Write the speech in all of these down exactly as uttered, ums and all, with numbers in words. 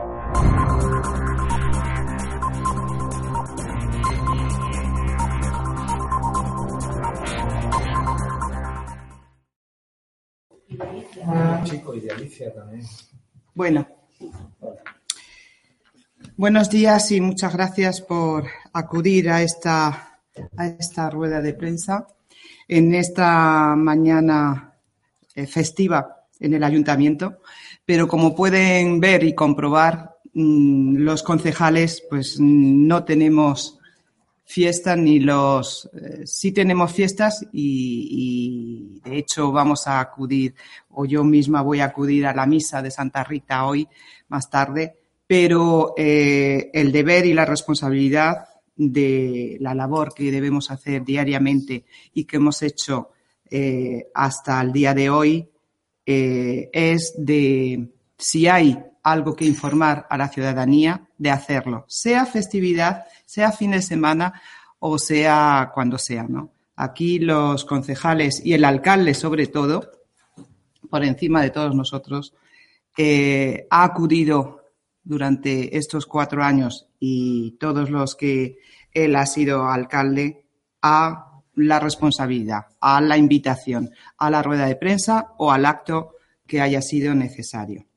Chico y de Alicia también. Bueno, buenos días y muchas gracias por acudir a esta, a esta rueda de prensa en esta mañana eh, festiva en el Ayuntamiento. Pero como pueden ver y comprobar, mmm, los concejales pues no tenemos fiestas ni los... Eh, sí tenemos fiestas y, y de hecho vamos a acudir, o yo misma voy a acudir a la misa de Santa Rita hoy, más tarde, pero eh, el deber y la responsabilidad de la labor que debemos hacer diariamente y que hemos hecho eh, hasta el día de hoy eh, es de, si hay algo que informar a la ciudadanía, de hacerlo, sea festividad, sea fin de semana o sea cuando sea, ¿no? Aquí los concejales y el alcalde, sobre todo, por encima de todos nosotros, eh, ha acudido durante estos cuatro años y todos los que él ha sido alcalde a la responsabilidad, a la invitación, a la rueda de prensa o al acto que haya sido necesario.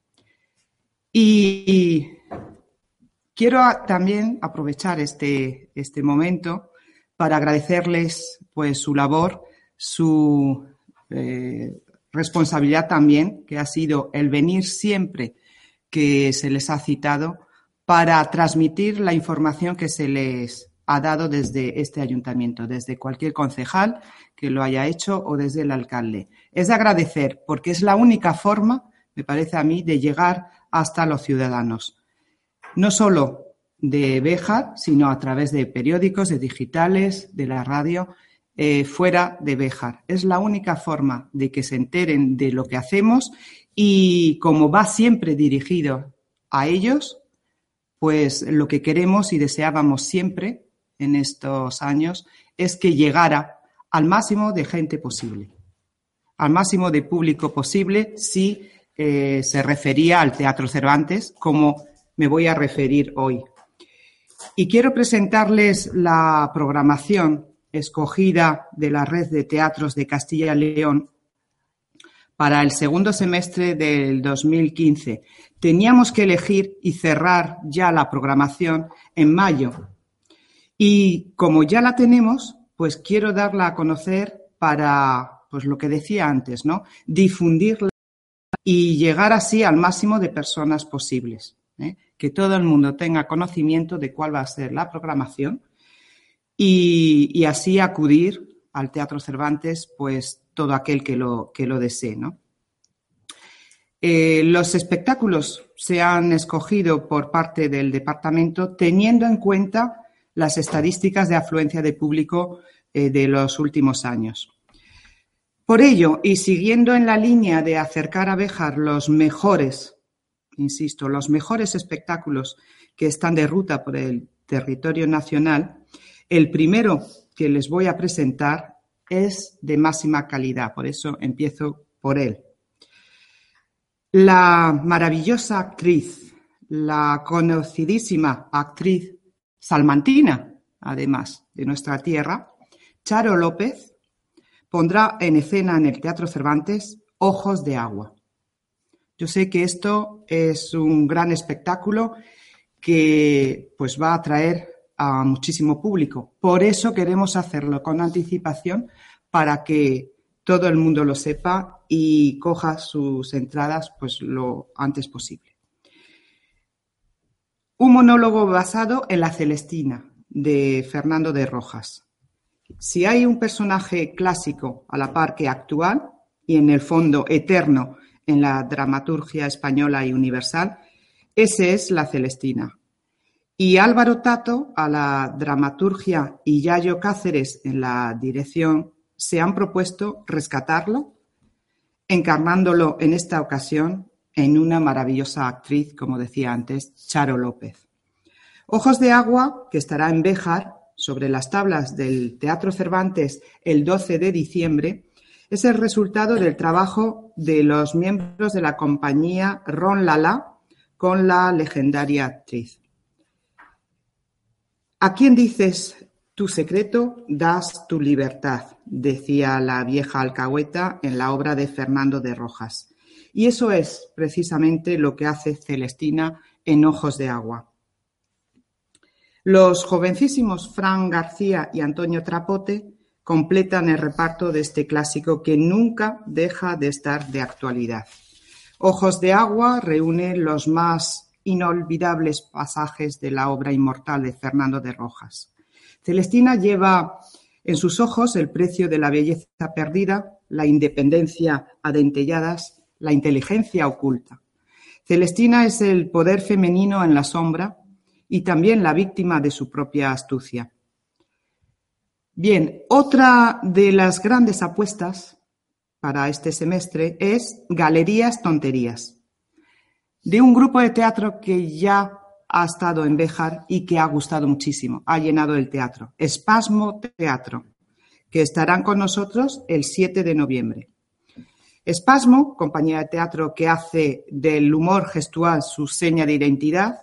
Y quiero también aprovechar este, este momento para agradecerles pues su labor, su eh, responsabilidad también, que ha sido el venir siempre que se les ha citado para transmitir la información que se les ha dado desde este ayuntamiento, desde cualquier concejal que lo haya hecho o desde el alcalde. Es de agradecer porque es la única forma, me parece a mí, de llegar hasta los ciudadanos. No solo de Béjar, sino a través de periódicos, de digitales, de la radio, eh, fuera de Béjar. Es la única forma de que se enteren de lo que hacemos y como va siempre dirigido a ellos, pues lo que queremos y deseábamos siempre en estos años es que llegara al máximo de gente posible, al máximo de público posible si eh, se refería al Teatro Cervantes, como me voy a referir hoy. Y quiero presentarles la programación escogida de la Red de Teatros de Castilla y León para el segundo semestre del dos mil quince. Teníamos que elegir y cerrar ya la programación en mayo. Y como ya la tenemos, pues quiero darla a conocer para, pues lo que decía antes, ¿no? Difundirla y llegar así al máximo de personas posibles, ¿eh? Que todo el mundo tenga conocimiento de cuál va a ser la programación y, y así acudir al Teatro Cervantes, pues todo aquel que lo, que lo desee, ¿no? Eh, los espectáculos se han escogido por parte del departamento teniendo en cuenta las estadísticas de afluencia de público eh, de los últimos años. Por ello, y siguiendo en la línea de acercar a Béjar los mejores, insisto, los mejores espectáculos que están de ruta por el territorio nacional, el primero que les voy a presentar es de máxima calidad, por eso empiezo por él. La maravillosa actriz, la conocidísima actriz salmantina, además de nuestra tierra, Charo López, pondrá en escena en el Teatro Cervantes Ojos de Agua. Yo sé que esto es un gran espectáculo que pues va a atraer a muchísimo público. Por eso queremos hacerlo con anticipación para que todo el mundo lo sepa y coja sus entradas pues lo antes posible. Un monólogo basado en La Celestina, de Fernando de Rojas. Si hay un personaje clásico a la par que actual y en el fondo eterno en la dramaturgia española y universal, ese es La Celestina. Y Álvaro Tato a la dramaturgia y Yayo Cáceres en la dirección se han propuesto rescatarlo, encarnándolo en esta ocasión en una maravillosa actriz, como decía antes, Charo López. Ojos de Agua, que estará en Béjar, sobre las tablas del Teatro Cervantes el doce de diciembre, es el resultado del trabajo de los miembros de la compañía Ron Lala con la legendaria actriz. ¿A quién dices tu secreto, das tu libertad?, decía la vieja alcahueta en la obra de Fernando de Rojas. Y eso es precisamente lo que hace Celestina en Ojos de agua. Los jovencísimos Fran García y Antonio Trapote completan el reparto de este clásico que nunca deja de estar de actualidad. Ojos de agua reúne los más inolvidables pasajes de la obra inmortal de Fernando de Rojas. Celestina lleva en sus ojos el precio de la belleza perdida, la independencia a dentelladas, la inteligencia oculta. Celestina es el poder femenino en la sombra y también la víctima de su propia astucia. Bien, otra de las grandes apuestas para este semestre es Galerías Tonterías, de un grupo de teatro que ya ha estado en Béjar y que ha gustado muchísimo, ha llenado el teatro. Espasmo Teatro, que estarán con nosotros el siete de noviembre. Espasmo, compañía de teatro que hace del humor gestual su seña de identidad.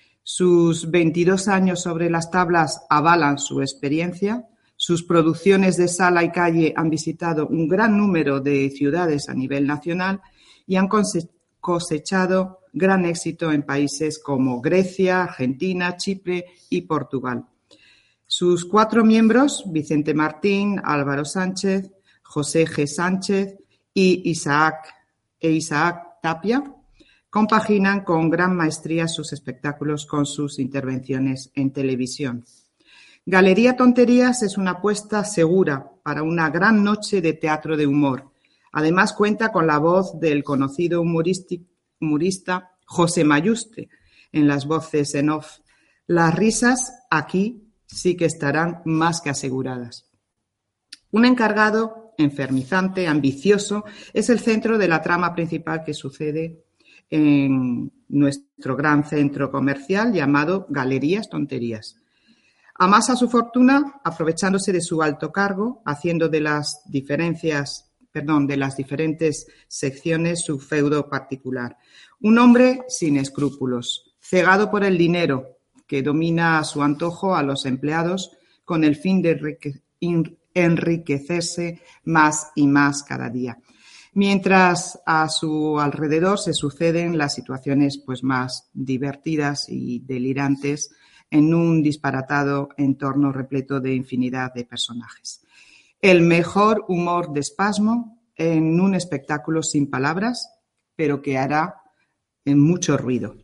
Sus veintidós años sobre las tablas avalan su experiencia. Sus producciones de sala y calle han visitado un gran número de ciudades a nivel nacional y han cosechado gran éxito en países como Grecia, Argentina, Chipre y Portugal. Sus cuatro miembros, Vicente Martín, Álvaro Sánchez, José G. Sánchez y Isaac, e Isaac Tapia, compaginan con gran maestría sus espectáculos con sus intervenciones en televisión. Galería Tonterías es una apuesta segura para una gran noche de teatro de humor. Además cuenta con la voz del conocido humorista José Mayuste en las voces en off. Las risas aquí sí que estarán más que aseguradas. Un encargado enfermizante, ambicioso, es el centro de la trama principal que sucede en nuestro gran centro comercial llamado Galerías Tonterías. Amasa su fortuna aprovechándose de su alto cargo, haciendo de las diferencias, perdón, de las diferentes secciones su feudo particular. Un hombre sin escrúpulos, cegado por el dinero, que domina a su antojo a los empleados con el fin de enrique, enriquecerse más y más cada día. Mientras a su alrededor se suceden las situaciones pues, más divertidas y delirantes en un disparatado entorno repleto de infinidad de personajes. El mejor humor de Espasmo en un espectáculo sin palabras, pero que hará mucho ruido.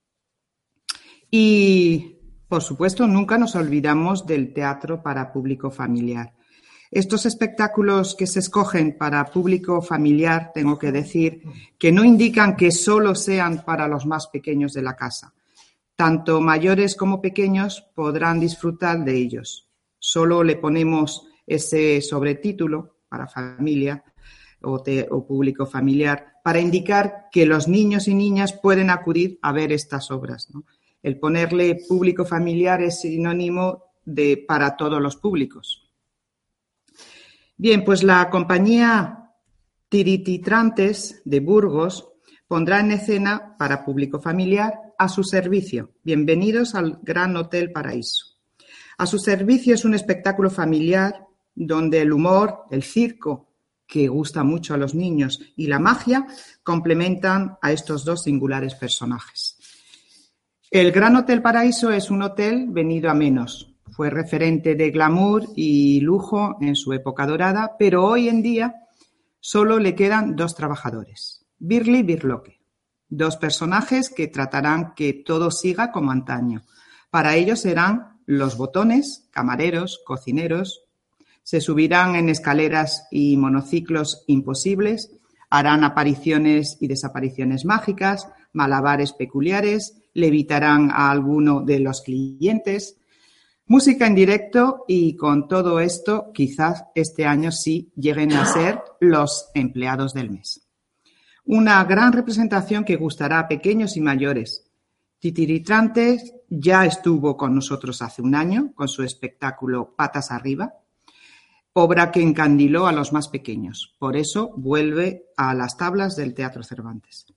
Y, por supuesto, nunca nos olvidamos del teatro para público familiar. Estos espectáculos que se escogen para público familiar, tengo que decir, que no indican que solo sean para los más pequeños de la casa. Tanto mayores como pequeños podrán disfrutar de ellos. Solo le ponemos ese sobretítulo para familia o, te, o público familiar para indicar que los niños y niñas pueden acudir a ver estas obras, ¿no? El ponerle público familiar es sinónimo de para todos los públicos. Bien, pues la compañía Tirititrantes de Burgos pondrá en escena para público familiar A su servicio. Bienvenidos al Gran Hotel Paraíso. A su servicio es un espectáculo familiar donde el humor, el circo, que gusta mucho a los niños, y la magia complementan a estos dos singulares personajes. El Gran Hotel Paraíso es un hotel venido a menos. Fue referente de glamour y lujo en su época dorada, pero hoy en día solo le quedan dos trabajadores, Birli y Birloque. Dos personajes que tratarán que todo siga como antaño. Para ellos serán los botones, camareros, cocineros. Se subirán en escaleras y monociclos imposibles. Harán apariciones y desapariciones mágicas, malabares peculiares. Levitarán a alguno de los clientes. Música en directo y con todo esto quizás este año sí lleguen a ser los empleados del mes. Una gran representación que gustará a pequeños y mayores. Titiritrantes ya estuvo con nosotros hace un año con su espectáculo Patas Arriba, obra que encandiló a los más pequeños. Por eso vuelve a las tablas del Teatro Cervantes.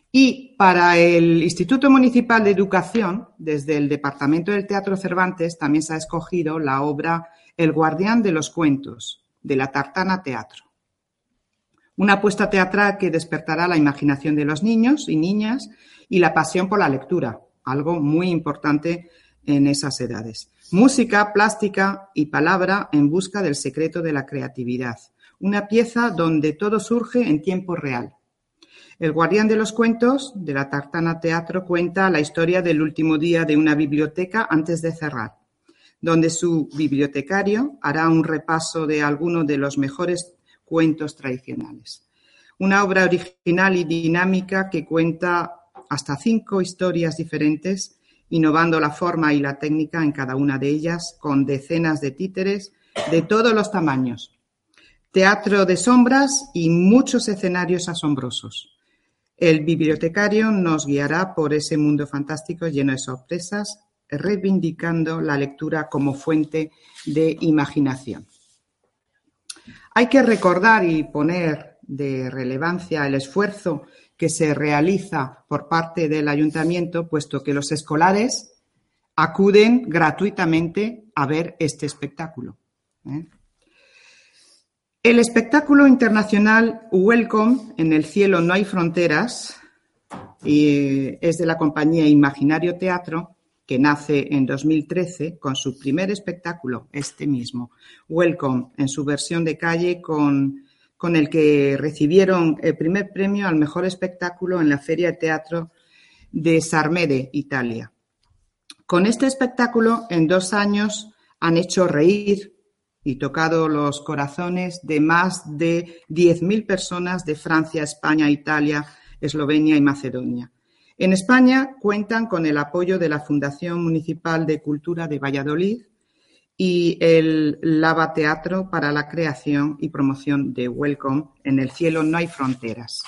Y para el Instituto Municipal de Educación, desde el Departamento del Teatro Cervantes, también se ha escogido la obra El guardián de los cuentos, de la Tartana Teatro. Una apuesta teatral que despertará la imaginación de los niños y niñas y la pasión por la lectura, algo muy importante en esas edades. Música, plástica y palabra en busca del secreto de la creatividad. Una pieza donde todo surge en tiempo real. El guardián de los cuentos, de la Tartana Teatro, cuenta la historia del último día de una biblioteca antes de cerrar, donde su bibliotecario hará un repaso de algunos de los mejores cuentos tradicionales. Una obra original y dinámica que cuenta hasta cinco historias diferentes, innovando la forma y la técnica en cada una de ellas, con decenas de títeres de todos los tamaños. Teatro de sombras y muchos escenarios asombrosos. El bibliotecario nos guiará por ese mundo fantástico lleno de sorpresas, reivindicando la lectura como fuente de imaginación. Hay que recordar y poner de relevancia el esfuerzo que se realiza por parte del ayuntamiento, puesto que los escolares acuden gratuitamente a ver este espectáculo. ¿eh? El espectáculo internacional Welcome, En el cielo no hay fronteras, y es de la compañía Imaginario Teatro, que nace en dos mil trece con su primer espectáculo, este mismo, Welcome, en su versión de calle, con, con el que recibieron el primer premio al mejor espectáculo en la Feria de Teatro de Sarmede, Italia. Con este espectáculo, en dos años, han hecho reír y tocado los corazones de más de diez mil personas de Francia, España, Italia, Eslovenia y Macedonia. En España cuentan con el apoyo de la Fundación Municipal de Cultura de Valladolid y el Lava Teatro para la creación y promoción de Welcome, En el cielo no hay fronteras.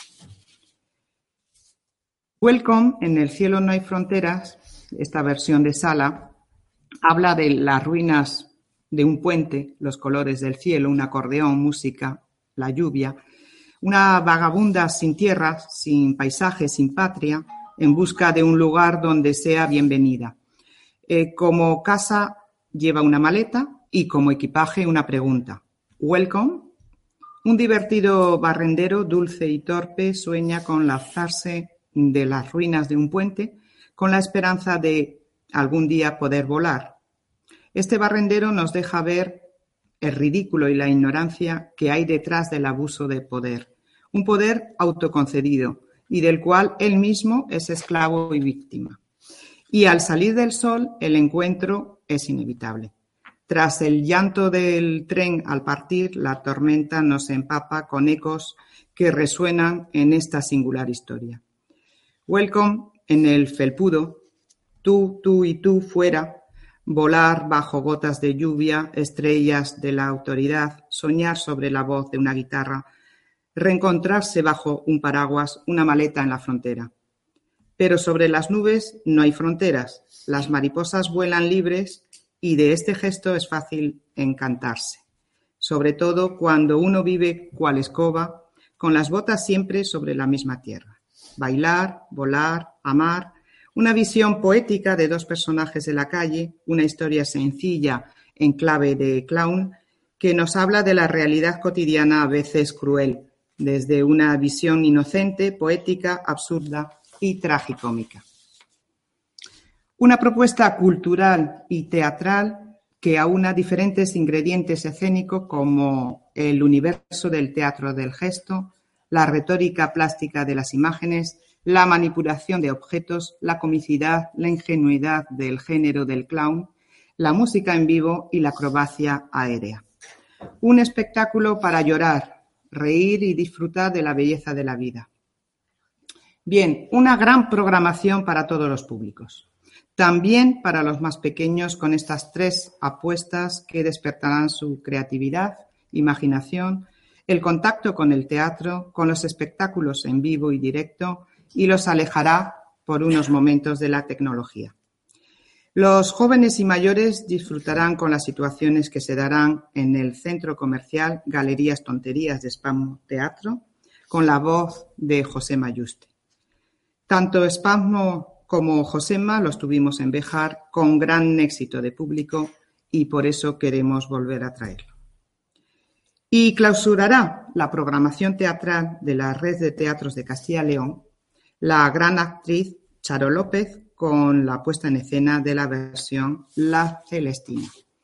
Welcome, En el cielo no hay fronteras, esta versión de sala, habla de las ruinas de un puente, los colores del cielo, un acordeón, música, la lluvia, una vagabunda sin tierra, sin paisaje, sin patria, en busca de un lugar donde sea bienvenida. Eh, como casa lleva una maleta y como equipaje una pregunta. ¿Welcome? Un divertido barrendero, dulce y torpe, sueña con lanzarse de las ruinas de un puente con la esperanza de algún día poder volar. Este barrendero nos deja ver el ridículo y la ignorancia que hay detrás del abuso de poder. Un poder autoconcedido y del cual él mismo es esclavo y víctima. Y al salir del sol, el encuentro es inevitable. Tras el llanto del tren al partir, la tormenta nos empapa con ecos que resuenan en esta singular historia. Welcome, en el felpudo, tú, tú y tú fuera, volar bajo gotas de lluvia, estrellas de la autoridad, soñar sobre la voz de una guitarra, reencontrarse bajo un paraguas, una maleta en la frontera. Pero sobre las nubes no hay fronteras, las mariposas vuelan libres y de este gesto es fácil encantarse, sobre todo cuando uno vive cual escoba, con las botas siempre sobre la misma tierra. Bailar, volar, amar, una visión poética de dos personajes de la calle, una historia sencilla en clave de clown que nos habla de la realidad cotidiana a veces cruel, desde una visión inocente, poética, absurda y tragicómica. Una propuesta cultural y teatral que aúna diferentes ingredientes escénicos como el universo del teatro del gesto, la retórica plástica de las imágenes, la manipulación de objetos, la comicidad, la ingenuidad del género del clown, la música en vivo y la acrobacia aérea. Un espectáculo para llorar, reír y disfrutar de la belleza de la vida. Bien, una gran programación para todos los públicos. También para los más pequeños con estas tres apuestas que despertarán su creatividad, imaginación, el contacto con el teatro, con los espectáculos en vivo y directo y los alejará por unos momentos de la tecnología. Los jóvenes y mayores disfrutarán con las situaciones que se darán en el centro comercial Galerías Tonterías de Spam Teatro con la voz de José Mayuste. Tanto Espasmo como Josemma los tuvimos en Béjar con gran éxito de público y por eso queremos volver a traerlo. Y clausurará la programación teatral de la Red de Teatros de Castilla y León la gran actriz Charo López con la puesta en escena de la versión La Celestina.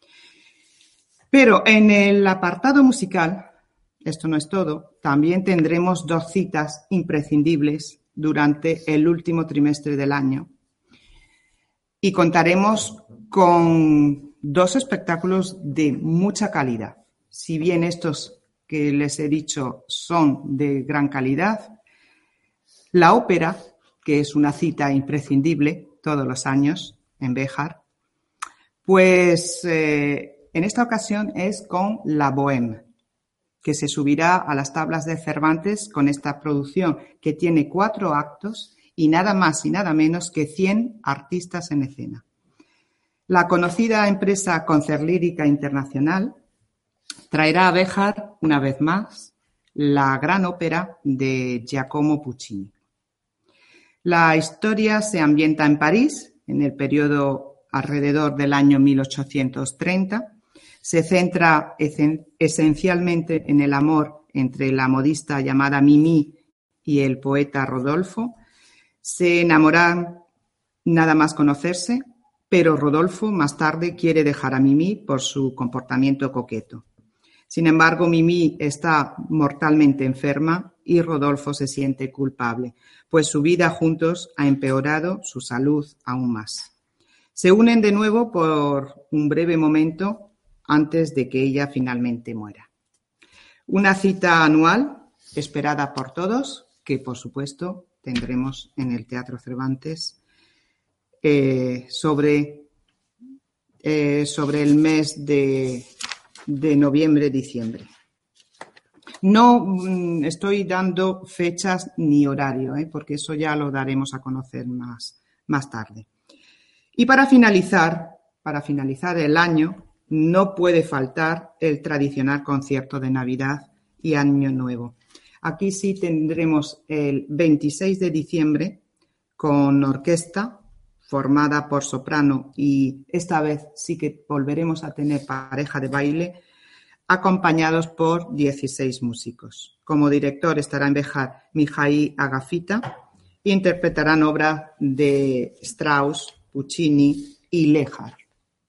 Pero en el apartado musical, esto no es todo, también tendremos dos citas imprescindibles durante el último trimestre del año y contaremos con dos espectáculos de mucha calidad. Si bien estos que les he dicho son de gran calidad, la ópera, que es una cita imprescindible todos los años en Béjar, pues eh, en esta ocasión es con La Bohème, que se subirá a las tablas de Cervantes con esta producción que tiene cuatro actos y nada más y nada menos que cien artistas en escena. La conocida empresa Concertlírica Internacional traerá a Béjar, una vez más, la gran ópera de Giacomo Puccini. La historia se ambienta en París, en el periodo alrededor del año mil ochocientos treinta. Se centra esencialmente en el amor entre la modista llamada Mimi y el poeta Rodolfo. Se enamoran nada más conocerse, pero Rodolfo más tarde quiere dejar a Mimi por su comportamiento coqueto. Sin embargo, Mimi está mortalmente enferma y Rodolfo se siente culpable, pues su vida juntos ha empeorado su salud aún más. Se unen de nuevo por un breve momento antes de que ella finalmente muera. Una cita anual esperada por todos, que por supuesto tendremos en el Teatro Cervantes eh, sobre, eh, sobre el mes de... de noviembre-diciembre. No mmm, estoy dando fechas ni horario, ¿eh? porque eso ya lo daremos a conocer más, más tarde. Y para finalizar, para finalizar el año, no puede faltar el tradicional concierto de Navidad y Año Nuevo. Aquí sí tendremos el veintiséis de diciembre con orquesta formada por soprano y esta vez sí que volveremos a tener pareja de baile, acompañados por dieciséis músicos. Como director estará en Béjar Mijail Agafita, interpretarán obras de Strauss, Puccini y Lejar.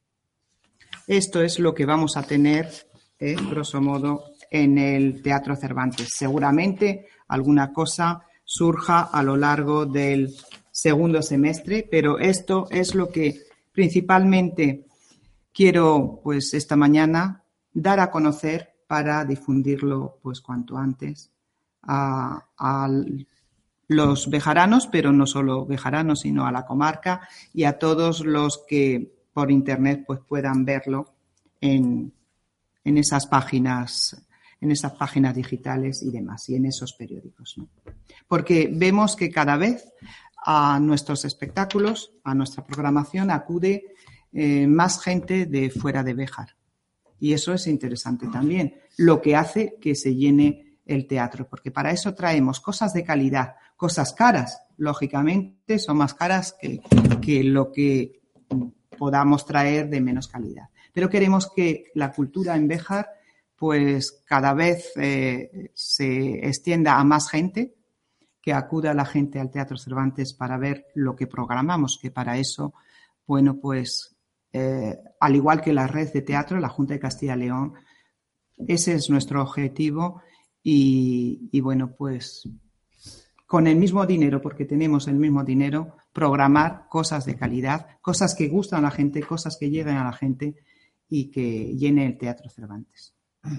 Esto es lo que vamos a tener, eh, grosso modo, en el Teatro Cervantes. Seguramente alguna cosa surja a lo largo del segundo semestre, pero esto es lo que principalmente quiero, pues, esta mañana dar a conocer para difundirlo, pues, cuanto antes a, a los bejaranos, pero no solo bejaranos, sino a la comarca y a todos los que por internet, pues, puedan verlo en, en esas páginas, en esas páginas digitales y demás, y en esos periódicos, ¿no? Porque vemos que cada vez a nuestros espectáculos, a nuestra programación, acude eh, más gente de fuera de Béjar. Y eso es interesante también, lo que hace que se llene el teatro, porque para eso traemos cosas de calidad, cosas caras, lógicamente son más caras que, que lo que podamos traer de menos calidad. Pero queremos que la cultura en Béjar, pues cada vez eh, se extienda a más gente, que acuda la gente al Teatro Cervantes para ver lo que programamos, que para eso, bueno, pues, eh, al igual que la red de teatro, la Junta de Castilla y León, ese es nuestro objetivo y, y, bueno, pues, con el mismo dinero, porque tenemos el mismo dinero, programar cosas de calidad, cosas que gustan a la gente, cosas que lleguen a la gente y que llene el Teatro Cervantes.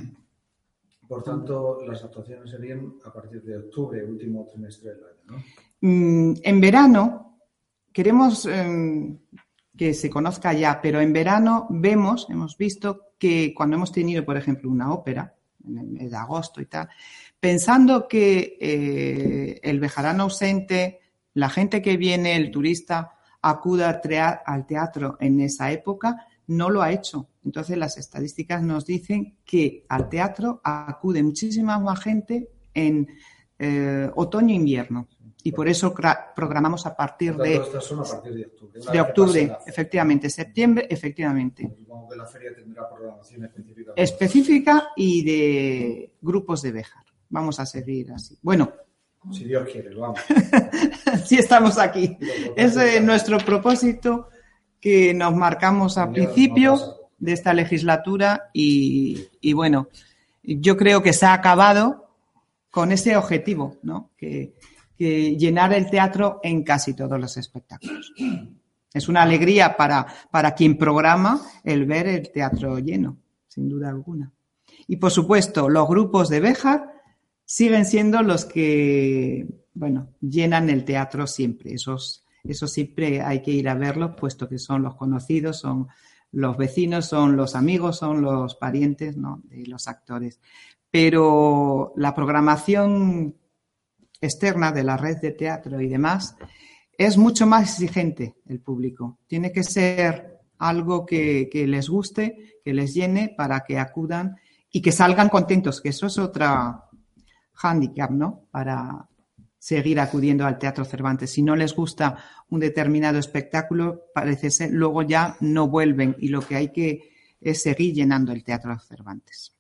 Por tanto, las actuaciones serían a partir de octubre, último trimestre del año, ¿no? Mm, en verano, queremos eh, que se conozca ya, pero en verano vemos, hemos visto que cuando hemos tenido, por ejemplo, una ópera, en el mes de agosto y tal, pensando que eh, el bejarano ausente, la gente que viene, el turista, acuda al teatro en esa época, no lo ha hecho. Entonces, las estadísticas nos dicen que al teatro acude muchísima más gente en eh, otoño e invierno. y por eso programamos a partir por de... tanto, estas son a partir de octubre. Una De vez que octubre, pase la feria. efectivamente. Septiembre, efectivamente. Supongo que la feria tendrá programación específica. Específica y de grupos de Béjar. Vamos a seguir así. Bueno. Si Dios quiere, lo vamos. Sí estamos aquí. Ese es nuestro propósito que nos marcamos al principio de esta legislatura y, y bueno, yo creo que se ha acabado con ese objetivo, ¿no? Que, que llenar el teatro en casi todos los espectáculos. Es una alegría para, para quien programa el ver el teatro lleno, sin duda alguna. Y por supuesto, los grupos de Béjar siguen siendo los que, bueno, llenan el teatro siempre. Esos, esos siempre hay que ir a verlos, puesto que son los conocidos, son los vecinos, son los amigos, son los parientes, ¿no?, de los actores. Pero la programación externa de la red de teatro y demás es mucho más exigente el público. Tiene que ser algo que, que les guste, que les llene para que acudan y que salgan contentos, que eso es otra hándicap, ¿no?, para seguir acudiendo al Teatro Cervantes. Si no les gusta un determinado espectáculo, parece ser, luego ya no vuelven y lo que hay que es seguir llenando el Teatro Cervantes.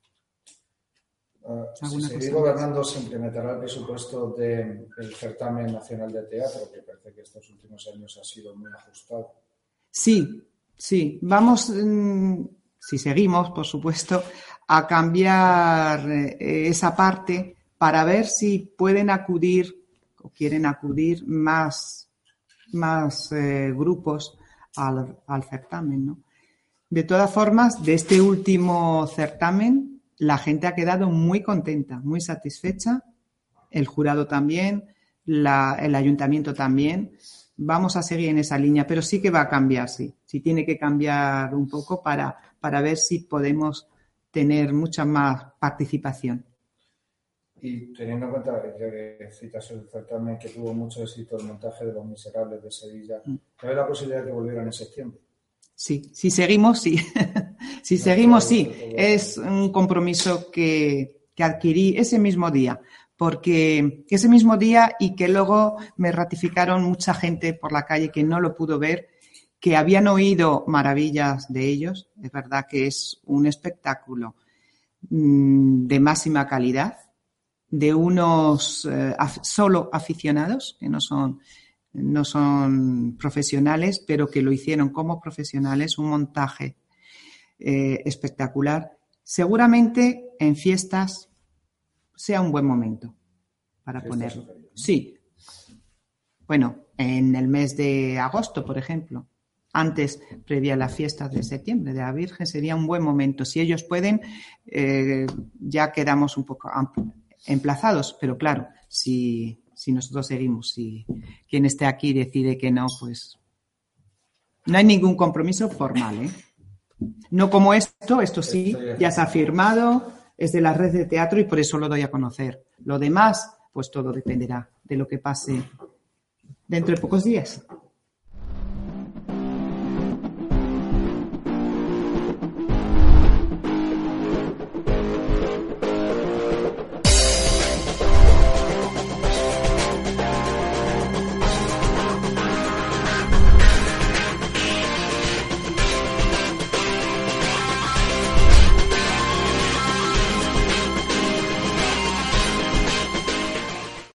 Uh, si seguir gobernando, se implementará el presupuesto del Certamen Nacional de Teatro, que parece que estos últimos años ha sido muy ajustado. Sí, sí. Vamos, mmm, si seguimos, por supuesto, a cambiar eh, esa parte para ver si pueden acudir o quieren acudir más, más eh, grupos al, al certamen, ¿no? De todas formas, de este último certamen, la gente ha quedado muy contenta, muy satisfecha, el jurado también, la, el ayuntamiento también. Vamos a seguir en esa línea, pero sí que va a cambiar, sí. Sí tiene que cambiar un poco para, para ver si podemos tener mucha más participación. Y teniendo en cuenta que citas el certamen que tuvo mucho éxito el montaje de Los Miserables de Sevilla, ¿cabe la posibilidad de que volvieran en septiembre? Sí, si seguimos, sí. si no, seguimos, sí. Es un compromiso que, que adquirí ese mismo día, porque ese mismo día y que luego me ratificaron mucha gente por la calle que no lo pudo ver, que habían oído maravillas de ellos. Es verdad que es un espectáculo mmm, de máxima calidad, de unos eh, af- solo aficionados, que no son, no son profesionales, pero que lo hicieron como profesionales, un montaje eh, espectacular. Seguramente en fiestas sea un buen momento para ponerlo. Sí. Bueno, en el mes de agosto, por ejemplo, antes, previa a las fiestas de septiembre de la Virgen, sería un buen momento. Si ellos pueden, eh, ya quedamos un poco amplios. Emplazados, pero claro, si, si nosotros seguimos, si quien esté aquí decide que no, pues no hay ningún compromiso formal, ¿eh? No como esto, esto sí, ya se ha firmado, es de la red de teatro y por eso lo doy a conocer. Lo demás, pues todo dependerá de lo que pase dentro de pocos días.